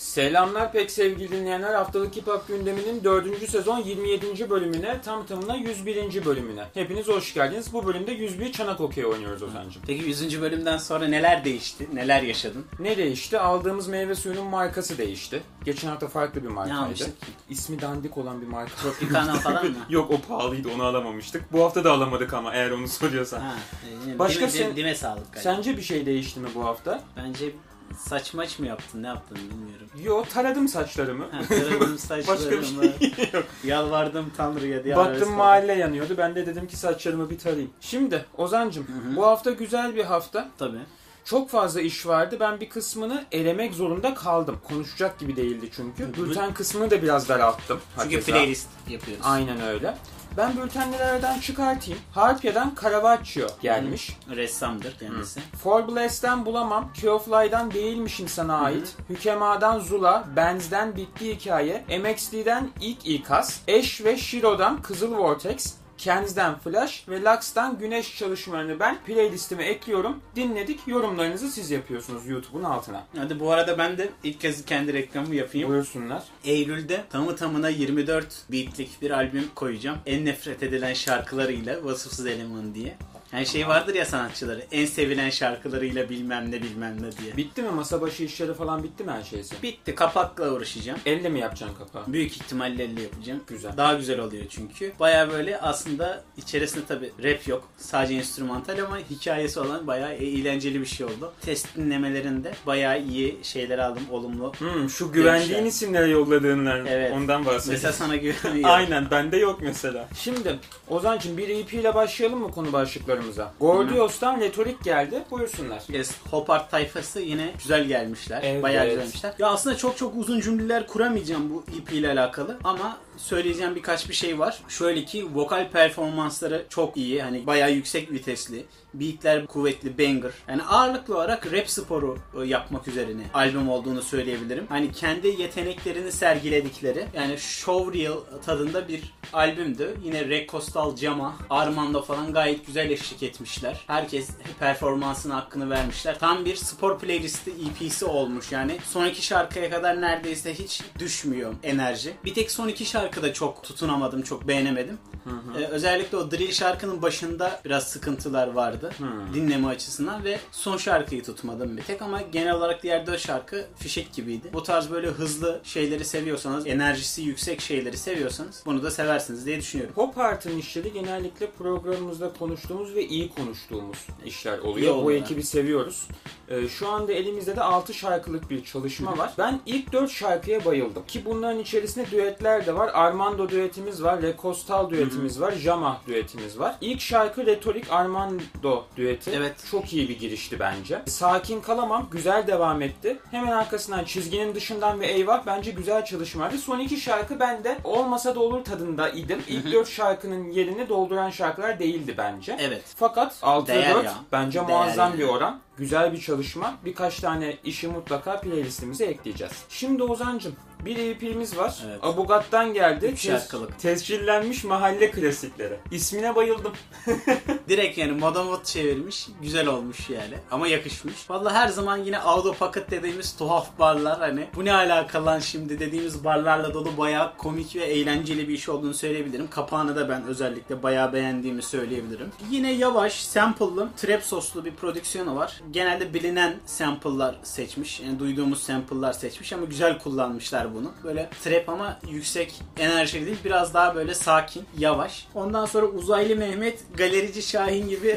Selamlar pek sevgili dinleyenler. Haftalık Hip Hop gündeminin 4. sezon 27. bölümüne, tam tamına 101. bölümüne. Hepiniz hoş geldiniz. Bu bölümde 101 çanak okey oynuyoruz Ozan'cığım. Peki 100. bölümden sonra neler değişti? Neler yaşadın? Ne değişti? Aldığımız meyve suyunun markası değişti. Geçen hafta farklı bir markaydı. İsmi dandik olan bir marka. Tropicana falan mı? Yok, o pahalıydı, onu alamamıştık. Bu hafta da alamadık ama, eğer onu soruyorsan. Ha, Başka dime sağlık galiba. Sence bir şey değişti mi bu hafta? Bence saç maç mı yaptın? Ne yaptın bilmiyorum. Yo, taradım saçlarımı. Taradım saçlarımı. Başka bir şey yok. Yalvardım Tanrı'ya diye. Baktım mahalle yanıyordu. Ben de dedim ki saçlarımı bir tarayayım. Şimdi Ozan'cığım, bu hafta güzel bir hafta. Tabii. Çok fazla iş vardı. Ben bir kısmını elemek zorunda kaldım. Konuşacak gibi değildi çünkü. Bülten kısmını da biraz daralttım. Çünkü playlist yapıyoruz. Aynen öyle. Ben bültenleri aradan çıkartayım. Harpia'dan Caravaggio gelmiş. Ressamdır kendisi. For Bless'ten bulamam. Keyofly'dan değilmişim sana ait. Hükema'dan Zula. Benz'den Bitti Hikaye. MXD'den İlk İkaz. Ash ve Shiro'dan Kızıl Vortex. Kenz'den Flash ve Lux'tan Güneş çalışmalarını ben playlistime ekliyorum. Dinledik. Yorumlarınızı siz yapıyorsunuz YouTube'un altına. Hadi bu arada ben de ilk kez kendi reklamımı yapayım. Buyursunlar. Eylül'de tamına 24 beatlik bir albüm koyacağım. En nefret edilen şarkılarıyla, Vasıfsız Eleman diye. Yani şey vardır ya sanatçıları, en sevilen şarkılarıyla bilmem ne diye. Bitti mi? Masa başı işleri falan bitti mi her şeysi? Bitti. Kapakla uğraşacağım. Elle mi yapacaksın kapağı? Büyük ihtimalle elle yapacağım. Güzel. Daha güzel oluyor çünkü. Baya böyle aslında içerisinde tabii rap yok. Sadece enstrümantal ama hikayesi olan bayağı eğlenceli bir şey oldu. Test dinlemelerinde bayağı iyi şeyler aldım, olumlu. Şu güvendiğin isimlere yolladığınlar. Evet. Ondan bahsedeyim. Mesela sana güveniyorum. Aynen, bende yok mesela. Şimdi Ozan'cığım, bir EP ile başlayalım mı konu başlıklarımıza? Gordios'tan Retorik geldi. Buyursunlar. Yes, Hop Art tayfası yine güzel gelmişler. Evet. Bayağı güzelmişler. Ya aslında çok uzun cümleler kuramayacağım bu EP ile alakalı ama söyleyeceğim birkaç bir şey var. Şöyle ki vokal performansları çok iyi. Hani bayağı yüksek vitesli. Beatler kuvvetli, banger. Yani ağırlıklı olarak rap sporu yapmak üzerine albüm olduğunu söyleyebilirim. Hani kendi yeteneklerini sergiledikleri, yani showreel tadında bir albümdü. Yine Rick Costal, Jama, Armando falan gayet güzel eşlik etmişler. Herkes performansına hakkını vermişler. Tam bir spor playlisti EP'si olmuş yani. Son iki şarkıya kadar neredeyse hiç düşmüyor enerji. Bir tek son iki şarkıda çok tutunamadım, çok beğenemedim. Özellikle o drill şarkının başında biraz sıkıntılar vardı. Dinleme açısından ve son şarkıyı tutmadım bir tek ama genel olarak diğer 4 şarkı fişek gibiydi. Bu tarz böyle hızlı şeyleri seviyorsanız, enerjisi yüksek şeyleri seviyorsanız bunu da seversiniz diye düşünüyorum. Pop Art'ın işleri genellikle programımızda konuştuğumuz ve iyi konuştuğumuz işler oluyor. Bu ekibi seviyoruz. Şu anda elimizde de 6 şarkılık bir çalışma var. Ben ilk 4 şarkıya bayıldım. Ki bunların içerisinde düetler de var. Armando düetimiz var. Le Costal düetimiz var. Jama düetimiz var. İlk şarkı Retorik Armando düeti. Evet. Çok iyi bir girişti bence. Sakin Kalamam güzel devam etti. Hemen arkasından Çizginin Dışından ve Eyvah bence güzel çalışmalardı. Son iki şarkı bende olmasa da olur tadında idim. İlk 4 şarkının yerini dolduran şarkılar değildi bence. Evet. Fakat 6'ya 4 ya. bence Değer muazzam yani. bir oran. Güzel bir çalışma. Birkaç tane işi mutlaka playlistimize ekleyeceğiz. Şimdi Ozan'cığım, bir EP'miz var. Evet. Abugat'tan geldi. 3 şarkılık. Tescillenmiş mahalle klasikleri. İsmine bayıldım. Direkt yani moda çevirmiş. Güzel olmuş yani. Ama yakışmış. Vallahi her zaman yine Auto Pocket dediğimiz tuhaf barlar, hani bu ne alaka lan şimdi dediğimiz barlarla dolu bayağı komik ve eğlenceli bir iş olduğunu söyleyebilirim. Kapağını da ben özellikle bayağı beğendiğimi söyleyebilirim. Yine yavaş, sample'lı, trap soslu bir prodüksiyonu var. Genelde bilinen sample'lar seçmiş. Yani duyduğumuz sample'lar seçmiş ama güzel kullanmışlar bunu. Böyle trap ama yüksek enerjili değil. Biraz daha böyle sakin, yavaş. Ondan sonra Uzaylı Mehmet, Galerici Şahin gibi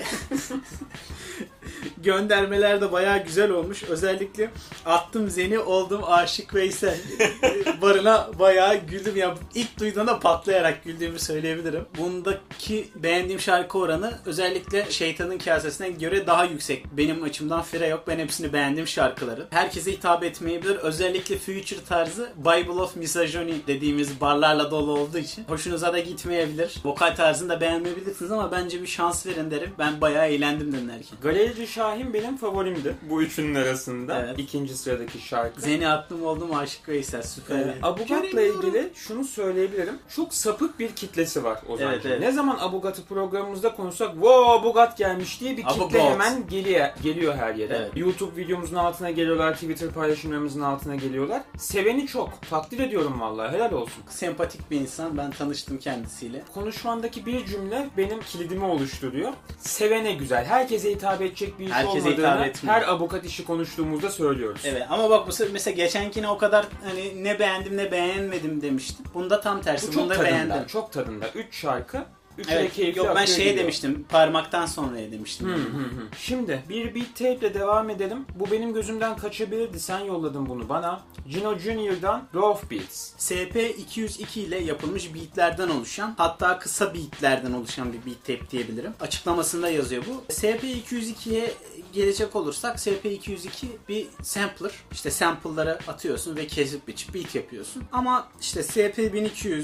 göndermeler de bayağı güzel olmuş. Özellikle attım zeni oldum aşık Veysel barına bayağı güldüm. Ya ilk duyduğumda patlayarak güldüğümü söyleyebilirim. Bundaki beğendiğim şarkı oranı özellikle Şeytanın Kasesi'ne göre daha yüksek. Benim açımdan fire yok. Ben hepsini beğendim şarkıları. Herkese hitap etmeyebilir. Özellikle Future tarzı Bible of Misogyny dediğimiz barlarla dolu olduğu için hoşunuza da gitmeyebilir. Vokal tarzını da beğenmeyebilirsiniz ama bence bir şans verin derim. Ben bayağı eğlendim dinlerken. Galerici Şahin İbrahim benim favorimdi bu üçünün arasında. Evet. İkinci sıradaki şarkı. Zeni aklım oldu mu Aşık Veysel, süper. Abugat'la ilgili şunu söyleyebilirim. Çok sapık bir kitlesi var Ozan'cığım. Evet. Ne zaman Abugat'ı programımızda konuşsak wow Abugat gelmiş diye bir kitle Abugat. hemen geliyor her yere. Evet. YouTube videomuzun altına geliyorlar, Twitter paylaşımlarımızın altına geliyorlar. Seveni çok. Takdir ediyorum vallahi. Helal olsun. Sempatik bir insan. Ben tanıştım kendisiyle. Konuşmandaki bir cümle benim kilidimi oluşturuyor. Sevene güzel. Herkese hitap edecek bir iş Herkese hitap olmadığını etmiyor. her Abugat işi konuştuğumuzda söylüyoruz. Evet ama bak mesela geçenkine o kadar hani ne beğendim ne beğenmedim demiştim. Bunda tam tersi. Bu çok Bunda tadında. beğendim. Çok tadında. 3 şarkı. Üçü de Evet. keyifli Yok ben akıyor şey gidiyor. demiştim. Parmaktan sonraya demiştim. Şimdi bir beat tape ile devam edelim. Bu benim gözümden kaçabilirdi. Sen yolladın bunu bana. Gino Junior'dan Rough Beats. SP202 ile yapılmış beatlerden oluşan, hatta kısa beatlerden oluşan bir beat tape diyebilirim. Açıklamasında yazıyor bu. SP202'ye gelecek olursak SP202 bir sampler. İşte sample'ları atıyorsun ve kesip biçip beat yapıyorsun. Ama işte SP1200,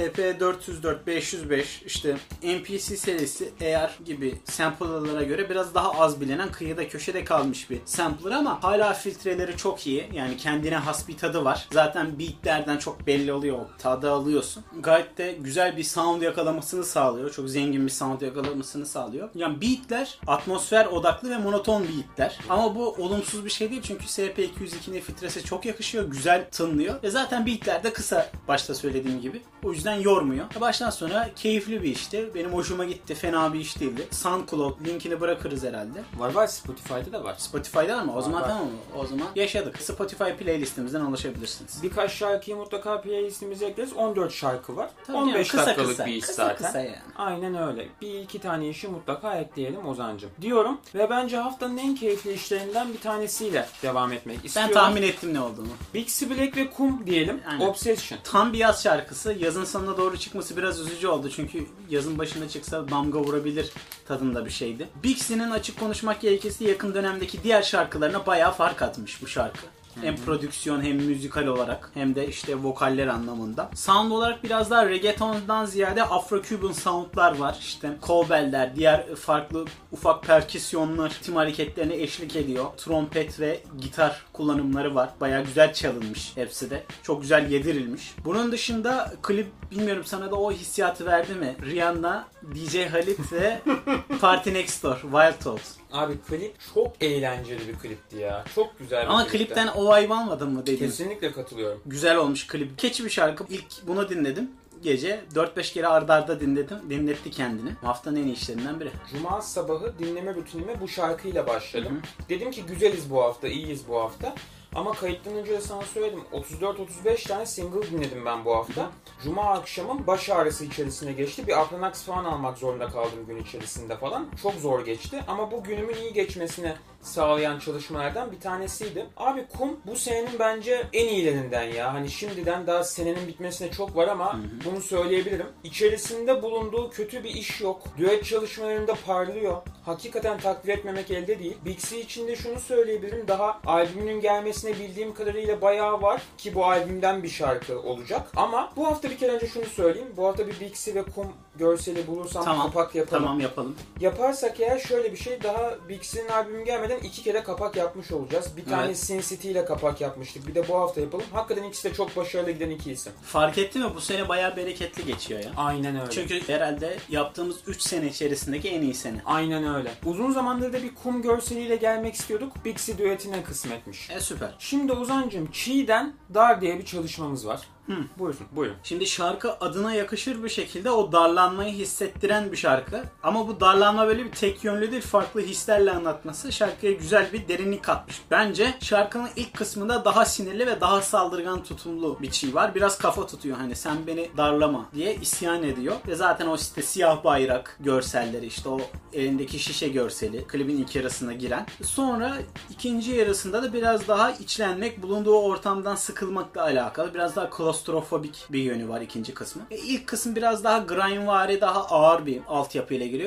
SP404, 505, işte MPC serisi AR gibi sample'lara göre biraz daha az bilinen, kıyıda köşede kalmış bir sampler ama hala filtreleri çok iyi. Yani kendine has bir tadı var. Zaten beatlerden çok belli oluyor. O tadı alıyorsun. Gayet de güzel bir sound yakalamasını sağlıyor. Çok zengin bir sound yakalamasını sağlıyor. Yani beatler atmosfer odaklı ve monoton beatler. Ama bu olumsuz bir şey değil çünkü SP202'nin filtresi çok yakışıyor. Güzel tınlıyor. Ve zaten beatler de kısa, başta söylediğim gibi. O yüzden yormuyor. Baştan sonra keyifli bir işti. Benim hoşuma gitti. Fena bir iş değildi. SoundCloud linkini bırakırız herhalde. Var Spotify'da da var. Spotify'da mı? O zaman var. tamam mı? O zaman yaşadık. Spotify playlistimizden ulaşabilirsiniz. Birkaç şarkıyı mutlaka playlistimize ekleriz. 14 şarkı var. Tabii 15 yani dakikalık bir iş zaten. Kısa yani. Aynen öyle. Bir iki tane işi mutlaka ekleyelim Ozan'cığım. Diyorum ve bence haftanın en keyifli işlerinden bir tanesiyle devam etmek istiyorum. Ben tahmin ettim ne olduğunu. Bixi Black ve Kum diyelim. Aynen. Obsession. Tam bir yaz şarkısı. Yazın sonuna doğru çıkması biraz üzücü oldu. Çünkü yazın başında çıksa damga vurabilir tadında bir şeydi. Bixi'nin açık konuşmak gerekirse yakın dönemdeki diğer şarkılarına bayağı fark atmış bu şarkı. Hem prodüksiyon hem müzikal olarak hem de işte vokaller anlamında. Sound olarak biraz daha reggaetondan ziyade Afro-Cuban soundlar var. İşte cowbell'ler, diğer farklı ufak perküsyonlar ritim hareketlerine eşlik ediyor. Trompet ve gitar kullanımları var. Bayağı güzel çalınmış hepsi de. Çok güzel yedirilmiş. Bunun dışında klip, bilmiyorum sana da o hissiyatı verdi mi? Rihanna, DJ Khaled ve Party Next Door, Wild Thoughts. Abi klip çok eğlenceli bir klipti ya. Çok güzel bir Ama klipti. klipten o vibe almadın mı dedin? Kesinlikle katılıyorum. Güzel olmuş klip. Keçi bir şarkı. İlk bunu dinledim. Gece 4-5 kere arda arda dinledim. Dinletti kendini. Haftanın en iyi işlerinden biri. Cuma sabahı dinleme rutinime bu şarkıyla başladım. Dedim ki güzeliz bu hafta, iyiyiz bu hafta. Ama kayıttan önce de sana söyledim. 34-35 tane single dinledim ben bu hafta. Cuma akşamım baş ağrısı içerisine geçti. Bir Aplanax falan almak zorunda kaldım gün içerisinde falan. Çok zor geçti. Ama bu günümün iyi geçmesine sağlayan çalışmalardan bir tanesiydi. Abi Kum bu senenin bence en iyilerinden ya. Hani şimdiden daha senenin bitmesine çok var ama bunu söyleyebilirim. İçerisinde bulunduğu kötü bir iş yok. Düet çalışmalarında parlıyor. Hakikaten takdir etmemek elde değil. Bixi için de şunu söyleyebilirim. Daha albümünün gelmesine bildiğim kadarıyla bayağı var ki bu albümden bir şarkı olacak. Ama bu hafta bir kere önce şunu söyleyeyim. Bu hafta bir Bixi ve Kum görseli bulursam kapak yapalım. Tamam yapalım. Yaparsak eğer şöyle bir şey, daha Bixi'nin albümü gelmeden 2 kere kapak yapmış olacağız. Bir tane Sin City ile kapak yapmıştık. Bir de bu hafta yapalım. Hakikaten ikisi de çok başarılı giden iki isim. Fark etti mi? Bu sene bayağı bereketli geçiyor ya. Aynen öyle. Çünkü herhalde yaptığımız 3 sene içerisindeki en iyi sene. Aynen öyle. Uzun zamandır da bir Kum görseliyle gelmek istiyorduk. Bixi düetine kısmetmiş. Süper. Şimdi Ozan'cığım Çiğ'den Dar diye bir çalışmamız var. Buyurun. Şimdi şarkı adına yakışır bir şekilde o darlanmayı hissettiren bir şarkı. Ama bu darlanma böyle bir tek yönlü değil, farklı hislerle anlatması şarkıya güzel bir derinlik katmış. Bence şarkının ilk kısmında daha sinirli ve daha saldırgan tutumlu bir çiğ var. Biraz kafa tutuyor, hani sen beni darlama diye isyan ediyor. Ve zaten o işte siyah bayrak görselleri, işte o elindeki şişe görseli klibin ilk yarısına giren. Sonra ikinci yarısında da biraz daha içlenmek, bulunduğu ortamdan sıkılmakla alakalı. Biraz daha klostrofobik bir yönü var ikinci kısmı. İlk kısım biraz daha grimevari, daha ağır bir altyapıyla giriyor.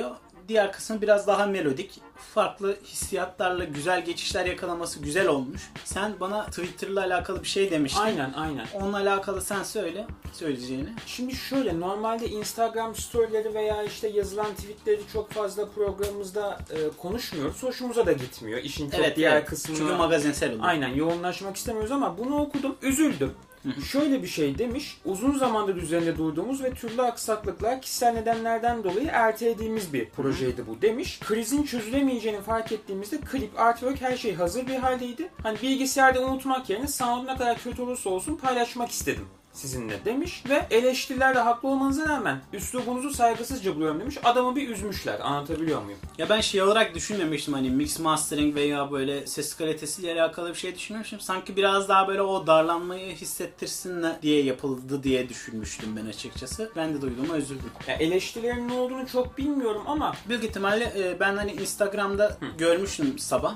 Diğer kısmı biraz daha melodik. Farklı hissiyatlarla güzel geçişler yakalaması güzel olmuş. Sen bana Twitter'la alakalı bir şey demiştin. Aynen. Onunla alakalı sen söyle söyleyeceğini. Şimdi şöyle, normalde Instagram storyleri veya işte yazılan tweetleri çok fazla programımızda konuşmuyoruz. Hoşumuza da gitmiyor. İşin çok diğer kısmını. Çünkü magazinsel oluyor. Aynen, yoğunlaşmak istemiyoruz ama bunu okudum. Üzüldüm. Şöyle bir şey demiş. Uzun zamandır üzerinde durduğumuz ve türlü aksaklıklar, kişisel nedenlerden dolayı ertelediğimiz bir projeydi bu demiş. Krizin çözülemeyeceğini fark ettiğimizde klip, artwork, her şey hazır bir haldeydi. Hani bilgisayarda unutmak yerine sound ne kadar kötü olursa olsun paylaşmak istedim sizinle demiş ve eleştirilerde haklı olmanıza rağmen üslubunuzu saygısızca buluyorum demiş. Adamı bir üzmüşler. Anlatabiliyor muyum? Ya ben şey olarak düşünmemiştim, hani mix mastering veya böyle ses kalitesiyle alakalı bir şey düşünmemiştim. Sanki biraz daha böyle o darlanmayı hissettirsin diye yapıldı diye düşünmüştüm ben açıkçası. Ben de duyduğuma üzüldüm. Ya eleştirilerin ne olduğunu çok bilmiyorum ama büyük ihtimalle ben hani Instagram'da görmüştüm sabah.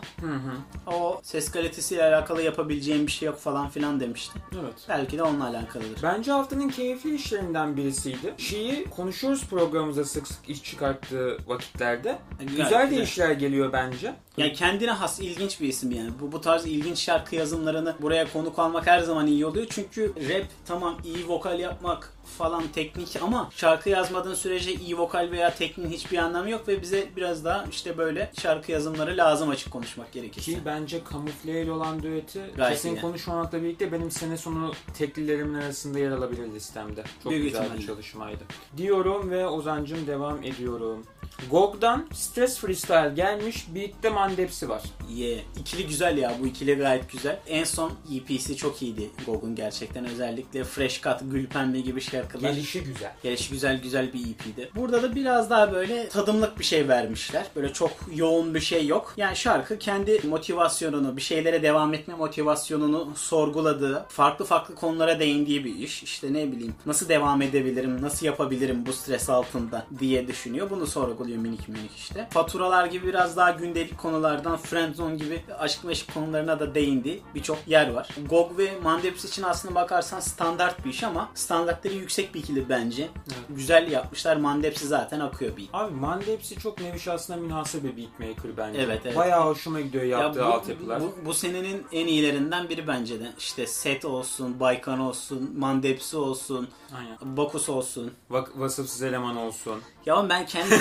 O ses kalitesiyle alakalı yapabileceğim bir şey yok falan filan demişti. Evet. Belki de onunla alakalıdır. Bence haftanın keyifli işlerinden birisiydi. Şeyi konuşuyoruz programımızda sık sık iş çıkarttığı vakitlerde. Güzel de işler geliyor bence. Yani kendine has ilginç bir isim yani. Bu tarz ilginç şarkı yazımlarını buraya konuk almak her zaman iyi oluyor. Çünkü rap tamam, iyi vokal yapmak falan teknik ama şarkı yazmadığın sürece iyi vokal veya tekniğin hiçbir anlamı yok ve bize biraz daha işte böyle şarkı yazımları lazım, açık konuşmak gerekirse. Ki bence Kamufle ile olan düeti gayet kesin konuşmamakla birlikte benim sene sonu teklilerimin arasında yer alabilir listemde. Çok büyük güzel ihtimalle bir çalışmaydı. Diyorum ve Ozancım devam ediyorum. GOG'dan Stress Freestyle gelmiş, beat'te Mandepsi var. İkili güzel ya, bu ikili gayet güzel. En son EP'si çok iyiydi GOG'un gerçekten, özellikle Fresh Cut, Gülpembe gibi şarkılar. Gelişi güzel bir EP'di. Burada da biraz daha böyle tadımlık bir şey vermişler. Böyle çok yoğun bir şey yok. Yani şarkı kendi motivasyonunu, bir şeylere devam etme motivasyonunu sorguladığı, farklı konulara değindiği bir iş. İşte ne bileyim, nasıl devam edebilirim, nasıl yapabilirim bu stres altında diye düşünüyor. Bunu sorguluyor minik işte. Faturalar gibi biraz daha gündelik konulardan friendzone gibi aşk meşk konularına da değindi. Birçok yer var. GOG ve Mandepsi için aslında bakarsan standart bir iş ama standartları yüksek bir ikili bence. Evet. Güzel yapmışlar. Mandepsi zaten akıyor beat. Abi Mandepsi çok nevi şahsına münhasır bir beatmaker bence. Evet. Bayağı hoşuma gidiyor yaptığı altyapılar. Bu senenin en iyilerinden biri bence de. İşte Set olsun, Baykan olsun, Mandepsi olsun, aynen, Bakus olsun. Vasıfsız Eleman olsun. Ya ben kendime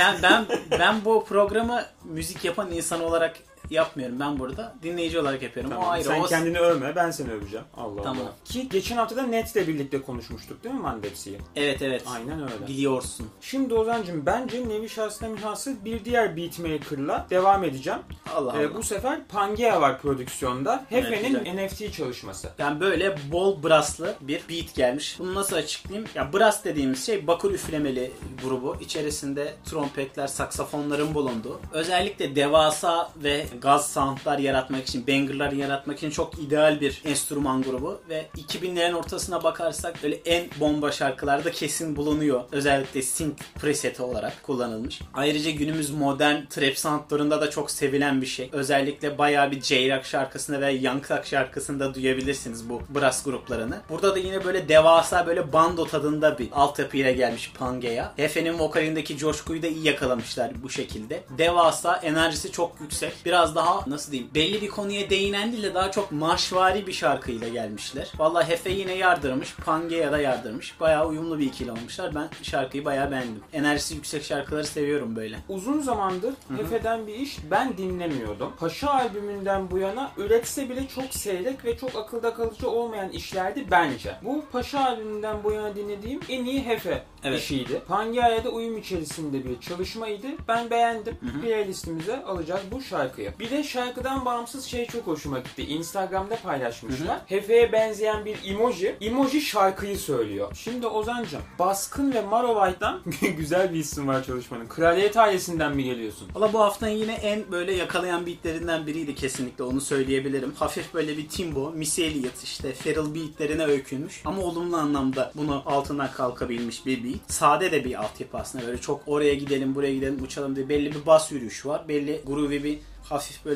ben bu programı müzik yapan insan olarak yapmıyorum. Ben burada dinleyici olarak yapıyorum. Tamam. O ayrı. Sen kendini övme, ben seni öveceğim. Allah tamam. Allah. Ki geçen hafta da Net'le birlikte konuşmuştuk değil mi Mandepsi'yi? Evet. Aynen öyle. Biliyorsun. Şimdi Ozan'cığım bence nevi şahsına münhasır bir diğer beatmaker'la devam edeceğim. Allah. Bu sefer Pangea var prodüksiyonda. Hefe'nin NFT çalışması. Yani böyle bol brasslı bir beat gelmiş. Bunu nasıl açıklayayım? Ya brass dediğimiz şey bakır üflemeli grubu. İçerisinde trompetler, saksafonların bulunduğu. Özellikle devasa ve gaz soundlar yaratmak için, bangerlar yaratmak için çok ideal bir enstrüman grubu ve 2000'lerin ortasına bakarsak böyle en bomba şarkılarda kesin bulunuyor. Özellikle synth preseti olarak kullanılmış. Ayrıca günümüz modern trap soundlarında da çok sevilen bir şey. Özellikle bayağı bir J-Rock şarkısında ve Young Thug şarkısında duyabilirsiniz bu brass gruplarını. Burada da yine böyle devasa, böyle bando tadında bir altyapıyla gelmiş Pangea. Hefe'nin vokalindeki coşkuyu da iyi yakalamışlar bu şekilde. Devasa, enerjisi çok yüksek. Biraz daha nasıl diyeyim, belli bir konuya değinen değil de daha çok marşvari bir şarkıyla gelmişler. Vallahi Hefe yine yardırmış, Pangea da yardırmış. Bayağı uyumlu bir ikili olmuşlar. Ben şarkıyı bayağı beğendim. Enerjisi yüksek şarkıları seviyorum böyle. Uzun zamandır Hefe'den bir iş ben dinlemiyordum. Paşa albümünden bu yana üretse bile çok seyrek ve çok akılda kalıcı olmayan işlerdi bence. Bu Paşa albümünden bu yana dinlediğim en iyi Hefe işiydi. Pangea'ya da uyum içerisinde bir çalışmaydı. Ben beğendim. Playlistimize alacağız bu şarkıyı. Bir de şarkıdan bağımsız şey çok hoşuma gitti. Instagram'da paylaşmışlar. Hefe'ye benzeyen bir emoji. Emoji şarkıyı söylüyor. Şimdi Ozan'cığım, Baskın ve Maro White'dan güzel bir isim var çalışmanın. Kraliyet ailesinden mi geliyorsun? Valla bu haftanın yine en böyle yakalayan beatlerinden biriydi kesinlikle, onu söyleyebilirim. Hafif böyle bir Timbo, Missy Elliott, işte Feral beatlerine öykünmüş ama olumlu anlamda bunu altından kalkabilmiş bir beat. Sade de bir altyapı aslında, böyle çok oraya gidelim buraya gidelim uçalım diye belli bir bas yürüyüş var. Belli groovy bir hafif böyle bir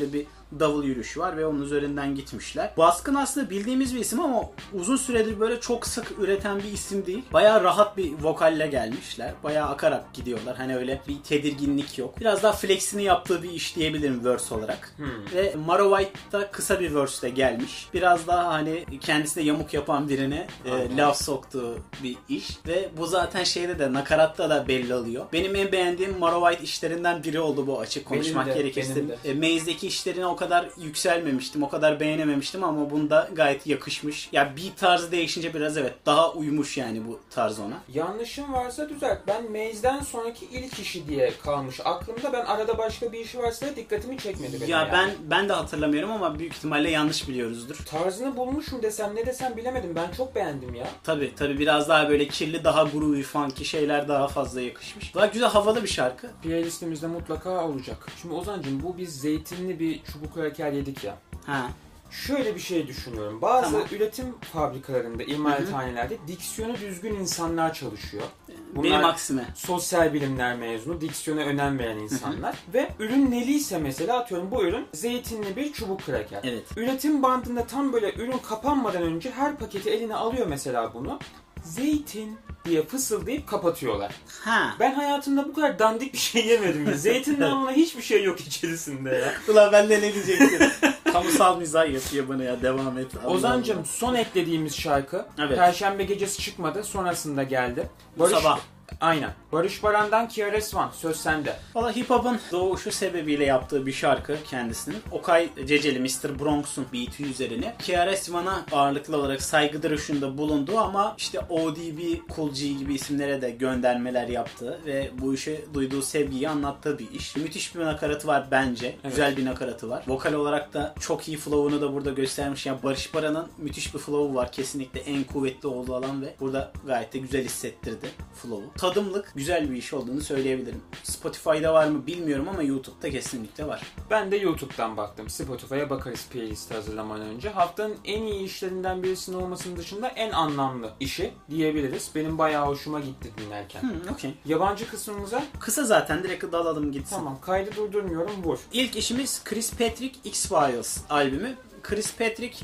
davul yürüyüşü var ve onun üzerinden gitmişler. Baskın aslında bildiğimiz bir isim ama uzun süredir böyle çok sık üreten bir isim değil. Bayağı rahat bir vokalle gelmişler. Bayağı akarak gidiyorlar. Hani öyle bir tedirginlik yok. Biraz daha flex'ini yaptığı bir iş diyebilirim verse olarak. Ve Maro White da kısa bir verse'le gelmiş. Biraz daha hani kendisine yamuk yapan birine laf soktuğu bir iş. Ve bu zaten şeyde de nakaratta da belli oluyor. Benim en beğendiğim Maro White işlerinden biri oldu bu, açık konuşmak gerekirse. Maze'deki işlerine o kadar yükselmemiştim, o kadar beğenememiştim ama bunda gayet yakışmış. Ya beat tarzı değişince biraz evet daha uymuş yani bu tarz ona. Yanlışım varsa düzelt. Ben Maze'den sonraki ilk işi diye kalmış aklımda. Ben arada başka bir işi varsa dikkatimi çekmedi benim. Ya ben de hatırlamıyorum ama büyük ihtimalle yanlış biliyoruzdur. Tarzını bulmuşum desem ne desem bilemedim. Ben çok beğendim ya. Tabii biraz daha böyle kirli, daha groovy, funky şeyler daha fazla yakışmış. Daha güzel, havalı bir şarkı. Playlistimizde mutlaka olacak. Şimdi Ozan'cığım bu biz zeytinli bir çubuk kraker yedik ya. Ha. Şöyle bir şey düşünüyorum. Bazı üretim fabrikalarında, imalathanelerde diksiyonu düzgün insanlar çalışıyor. Bunlar benim aksime. Sosyal bilimler mezunu, diksiyona önem veren insanlar. Ve ürün neliyse mesela atıyorum bu ürün zeytinli bir çubuk kraker. Evet. Üretim bandında tam böyle ürün kapanmadan önce her paketi eline alıyor mesela bunu. Zeytin diye fısıldayıp kapatıyorlar. Ha. Ben hayatımda bu kadar dandik bir şey yemedim ya. Zeytin namına hiçbir şey yok içerisinde ya. Ulan ben de ne diyecektim? Kamusal mizah yapıyor bana ya. Devam et. Ozan'cığım son eklediğimiz şarkı Perşembe gecesi çıkmadı. Sonrasında geldi. Bu sabah. Aynen. Barış Baran'dan KRS-One. Söz sende. Valla hip hop'un doğuşu sebebiyle yaptığı bir şarkı kendisinin. Okay Ceceli Mr. Bronx'un beat'i üzerine KRS-One'a ağırlıklı olarak saygı duruşunda bulunduğu ama işte ODB, Cool G gibi isimlere de göndermeler yaptığı ve bu işe duyduğu sevgiyi anlattığı bir iş. Müthiş bir nakaratı var bence. Evet. Güzel bir nakaratı var. Vokal olarak da çok iyi flow'unu da burada göstermiş. Yani Barış Baran'ın müthiş bir flow'u var. Kesinlikle en kuvvetli olduğu alan ve burada gayet de güzel hissettirdi flow'u. Tadımlık güzel bir iş olduğunu söyleyebilirim. Spotify'da var mı bilmiyorum ama YouTube'da kesinlikle var. Ben de YouTube'dan baktım. Spotify'a bakarız playlisti hazırlamadan önce. Haftanın en iyi işlerinden birisinin olmasının dışında en anlamlı işi diyebiliriz. Benim bayağı hoşuma gitti dinlerken. Okay. Yabancı kısmımıza? Kısa zaten, direkt dalalım gitsin. Tamam, kaydı durdurmuyorum, vur. İlk işimiz Chris Patrick X-Files albümü. Chris Patrick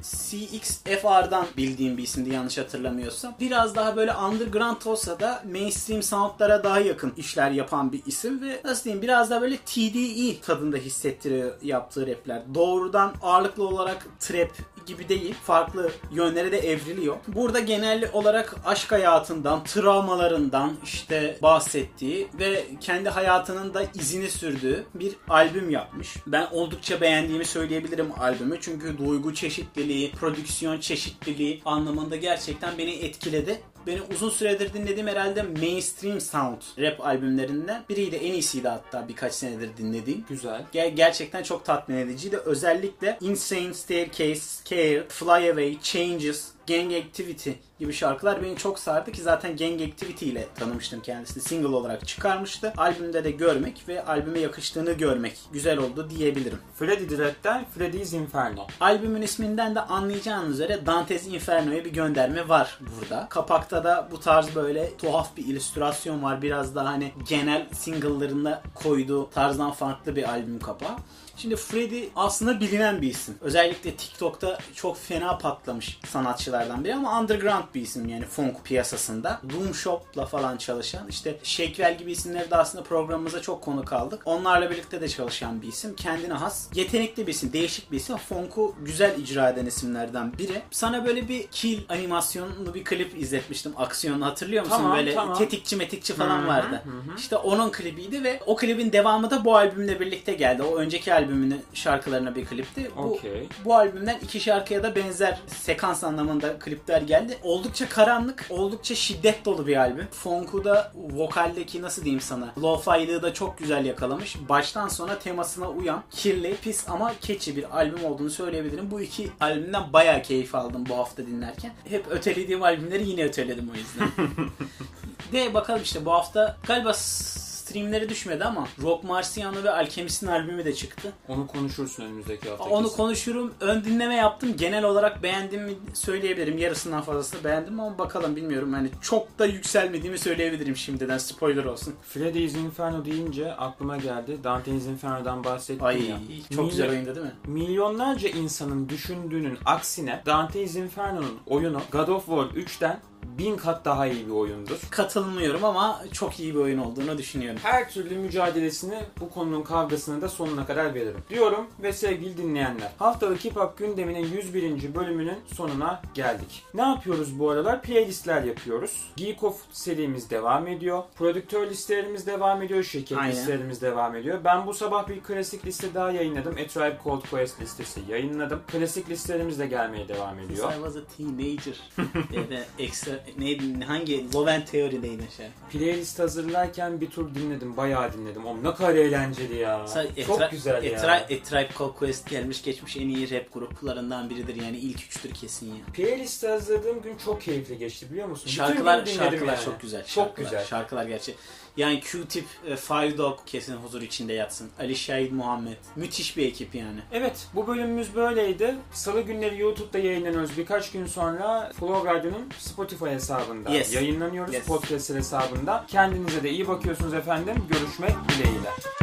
CXFR'dan bildiğim bir isimdi yanlış hatırlamıyorsam. Biraz daha böyle underground olsa da mainstream soundlara daha yakın işler yapan bir isim ve nasıl diyeyim biraz daha böyle TDE tadında hissettiriyor yaptığı rapler. Doğrudan ağırlıklı olarak trap gibi değil, farklı yönlere de evriliyor. Burada genel olarak aşk hayatından, travmalarından işte bahsettiği ve kendi hayatının da izini sürdüğü bir albüm yapmış. Ben oldukça beğendiğimi söyleyebilirim albümü. Çünkü duygu çeşitliliği, prodüksiyon çeşitliliği anlamında gerçekten beni etkiledi. Benim uzun süredir dinlediğim herhalde mainstream sound rap albümlerinden biriydi. En iyisiydi hatta birkaç senedir dinlediğim. Güzel. Gerçekten çok tatmin ediciydi. Özellikle Insane Staircase, Care, Fly Away, Changes, Gang Activity gibi şarkılar beni çok sardı ki zaten Gang Activity ile tanımıştım kendisini. Single olarak çıkarmıştı. Albümde de görmek ve albüme yakıştığını görmek güzel oldu diyebilirim. Freddy Dread'den Freddy's Inferno. Albümün isminden de anlayacağınız üzere Dante's Inferno'ya bir gönderme var burada. Kapakta da bu tarz böyle tuhaf bir illüstrasyon var. Biraz daha hani genel single'larında koyduğu tarzdan farklı bir albüm kapağı. Şimdi Freddy aslında bilinen bir isim. Özellikle TikTok'ta çok fena patlamış sanatçılardan biri ama underground bir isim yani funk piyasasında. Doom Shop'la falan çalışan işte Shakewell gibi isimleri de aslında programımıza çok konuk aldık. Onlarla birlikte de çalışan bir isim. Kendine has, yetenekli bir isim, değişik bir isim. Funk'u güzel icra eden isimlerden biri. Sana böyle bir kill animasyonlu bir klip izletmiştim. Aksiyonunu hatırlıyor musun? Tamam, böyle tamam. tetikçi metikçi falan vardı. İşte onun klibiydi ve o klibin devamı da bu albümle birlikte geldi. O önceki albümünün şarkılarına bir klipti. Bu albümden 2 şarkıya da benzer sekans anlamında klipler geldi. Oldukça karanlık, oldukça şiddet dolu bir albüm. Funk'u da vokaldeki nasıl diyeyim sana, lo-fi'lığı da çok güzel yakalamış. Baştan sona temasına uyan, kirli, pis ama catchy bir albüm olduğunu söyleyebilirim. Bu iki albümden bayağı keyif aldım bu hafta dinlerken. Hep ötelediğim albümleri yine öteledim o yüzden. De bakalım işte bu hafta galiba streamleri düşmedi ama Rock Marciano ve Alchemist'in albümü de çıktı. Onu konuşursun önümüzdeki hafta. Onu konuşurum. Ön dinleme yaptım. Genel olarak beğendiğimi söyleyebilirim. Yarısından fazlasını beğendim ama bakalım bilmiyorum. Yani çok da yükselmediğimi söyleyebilirim şimdiden. Spoiler olsun. Freddy's Inferno deyince aklıma geldi. Dante's Inferno'dan bahsettim ya. Çok güzel oyunda değil mi? Milyonlarca insanın düşündüğünün aksine Dante's Inferno'nun oyunu God of War 3'ten 1000 kat daha iyi bir oyundur. Katılmıyorum ama çok iyi bir oyun olduğunu düşünüyorum. Her türlü mücadelesini, bu konunun kavgasını da sonuna kadar veririm diyorum ve sevgili dinleyenler, haftalık Hip Hop gündeminin 101. bölümünün sonuna geldik. Ne yapıyoruz bu aralar? Playlistler yapıyoruz. Geek Off serimiz devam ediyor. Prodüktör listelerimiz devam ediyor. Şirket listelerimiz devam ediyor. Ben bu sabah bir klasik liste daha yayınladım. A Tribe Called Quest listesi yayınladım. Klasik listelerimiz de gelmeye devam ediyor. I was a teenager. Extra neydi? Hangi? Love and Theory'deydi şey. Playlist hazırlarken bir tur dinledim. Bayağı dinledim. O ne kadar eğlenceli ya. Çok güzel ya. A Tribe Called Quest gelmiş geçmiş en iyi rap gruplarından biridir. Yani ilk üçtür kesin ya. Playlist hazırladığım gün çok keyifli geçti biliyor musun? Şarkılar yani. çok güzel. Çok güzel. Şarkılar gerçek. Yani Q-Tip, Five Dog kesin huzur içinde yatsın. Ali Şahit Muhammed. Müthiş bir ekip yani. Evet, bu bölümümüz böyleydi. Salı günleri YouTube'da yayınlanıyoruz. Birkaç gün sonra Flow Radyo'nun Spotify hesabında yayınlanıyoruz. Podcast hesabında. Kendinize de iyi bakıyorsunuz efendim. Görüşmek dileğiyle.